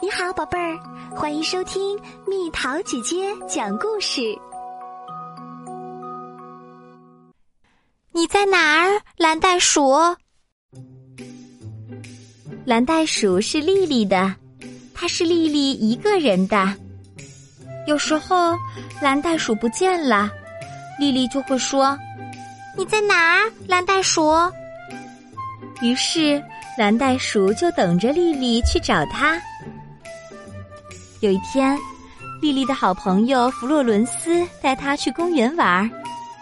你好，宝贝儿，欢迎收听蜜桃姐姐讲故事。 你在哪儿，蓝袋鼠？蓝袋鼠是丽丽的，它是丽丽一个人的。有时候蓝袋鼠不见了，丽丽就会说：“你在哪儿，蓝袋鼠？”于是蓝袋鼠就等着丽丽去找它。有一天，丽丽的好朋友弗洛伦斯带她去公园玩。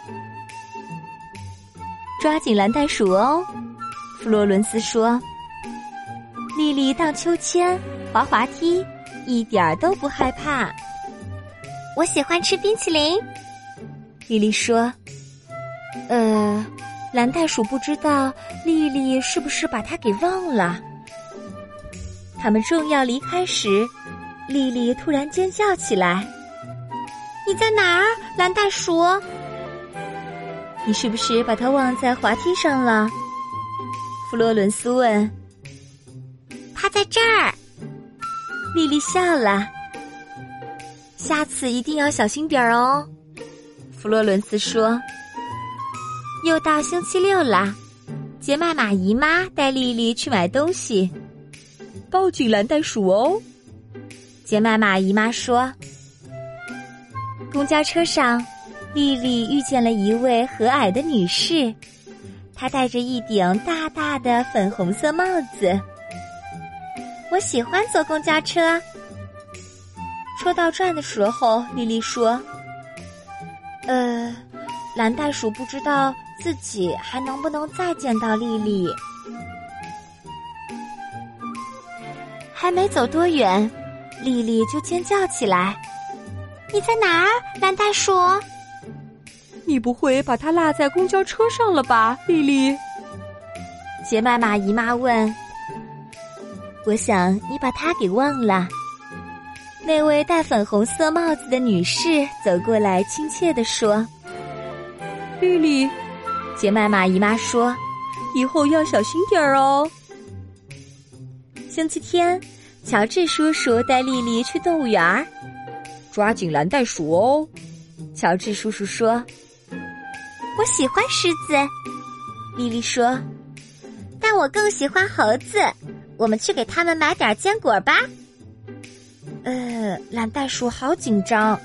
抓紧蓝袋鼠哦，弗洛伦斯说。丽丽荡秋千、滑滑梯，一点儿都不害怕。我喜欢吃冰淇淋，丽丽说。蓝袋鼠不知道丽丽是不是把她给忘了。他们正要离开时，丽丽突然尖叫起来：“你在哪儿，蓝袋鼠？你是不是把它忘在滑梯上了？”弗洛伦斯问。“它在这儿。”丽丽笑了。“下次一定要小心点儿哦。”弗洛伦斯说。又到星期六了，杰麦玛姨妈带丽丽去买东西。抱紧蓝袋鼠哦，杰麦玛姨妈说。公交车上，丽丽遇见了一位和蔼的女士，她戴着一顶大大的粉红色帽子。我喜欢坐公交车。车到站的时候，丽丽说：“蓝袋鼠不知道自己还能不能再见到丽丽。”还没走多远，丽丽就尖叫起来：“你在哪儿，蓝袋鼠？ 你不会把它落在公交车上了吧，丽丽？” 杰麦玛姨妈问。“我想你把它给忘了。”那位戴粉红色帽子的女士走过来，亲切地说。 “丽丽，” 杰麦玛姨妈说，“ 以后要小心点儿哦。” 星期天，乔治叔叔带丽丽去动物园。 抓紧蓝袋鼠哦， 乔治叔叔说。我喜欢狮子，丽丽说，但我更喜欢猴子，我们去给他们买点坚果吧。蓝袋鼠好紧张。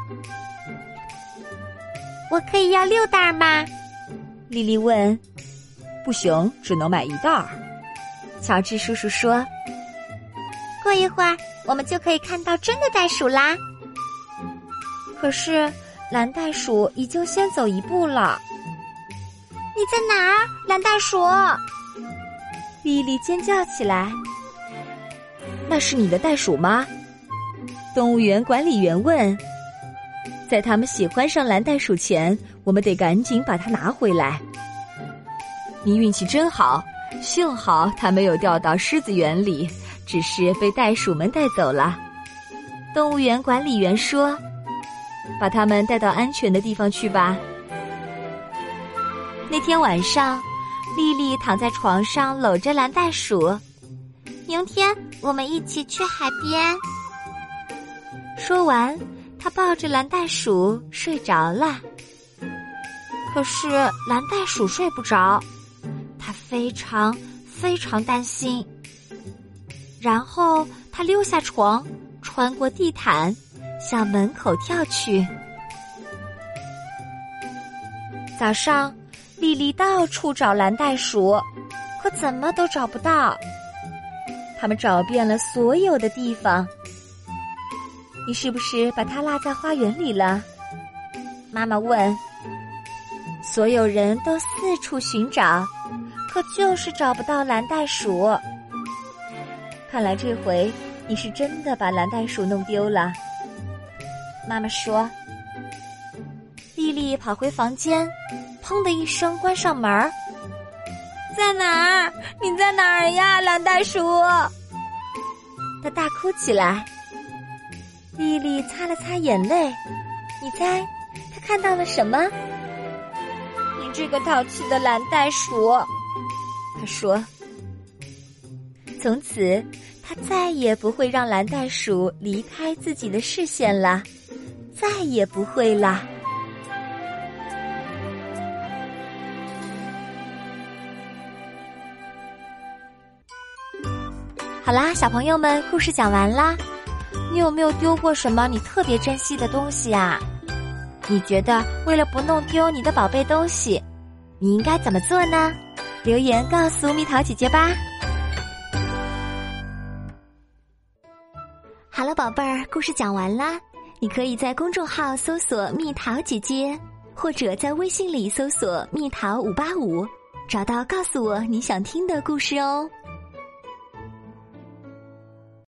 我可以要6袋吗？丽丽问。 不行，只能买1袋。 乔治叔叔说。过一会儿，我们就可以看到真的袋鼠啦。可是，蓝袋鼠已经先走1步了。你在哪儿，蓝袋鼠？丽丽尖叫起来。 那是你的袋鼠吗？ 动物园管理员问。在他们喜欢上蓝袋鼠前，我们得赶紧把它拿回来。 你运气真好，幸好它没有掉到狮子园里，只是被袋鼠们带走了。 动物园管理员说。 把它们带到安全的地方去吧。 那天晚上，丽丽躺在床上搂着蓝袋鼠。明天我们一起去海边。说完，她抱着蓝袋鼠睡着了。可是蓝袋鼠睡不着，它非常非常担心。然后她溜下床，穿过地毯，向门口跳去。早上，丽丽到处找蓝袋鼠，可怎么都找不到。他们找遍了所有的地方。你是不是把它落在花园里了？妈妈问。所有人都四处寻找，可就是找不到蓝袋鼠。看来这回你是真的把蓝袋鼠弄丢了。妈妈说。丽丽跑回房间，砰的一声关上门。在哪儿？你在哪儿呀，蓝袋鼠？她大哭起来。丽丽擦了擦眼泪，你猜她看到了什么？你这个淘气的蓝袋鼠，她说。从此， 他再也不会让蓝袋鼠离开自己的视线了，再也不会啦。好啦，小朋友们，故事讲完啦。你有没有丢过什么你特别珍惜的东西啊？你觉得为了不弄丢你的宝贝东西，你应该怎么做呢？留言告诉蜜桃姐姐吧。 好了，宝贝儿，故事讲完啦。你可以在公众号搜索蜜桃姐姐，或者在微信里搜索蜜桃585，找到告诉我你想听的故事哦。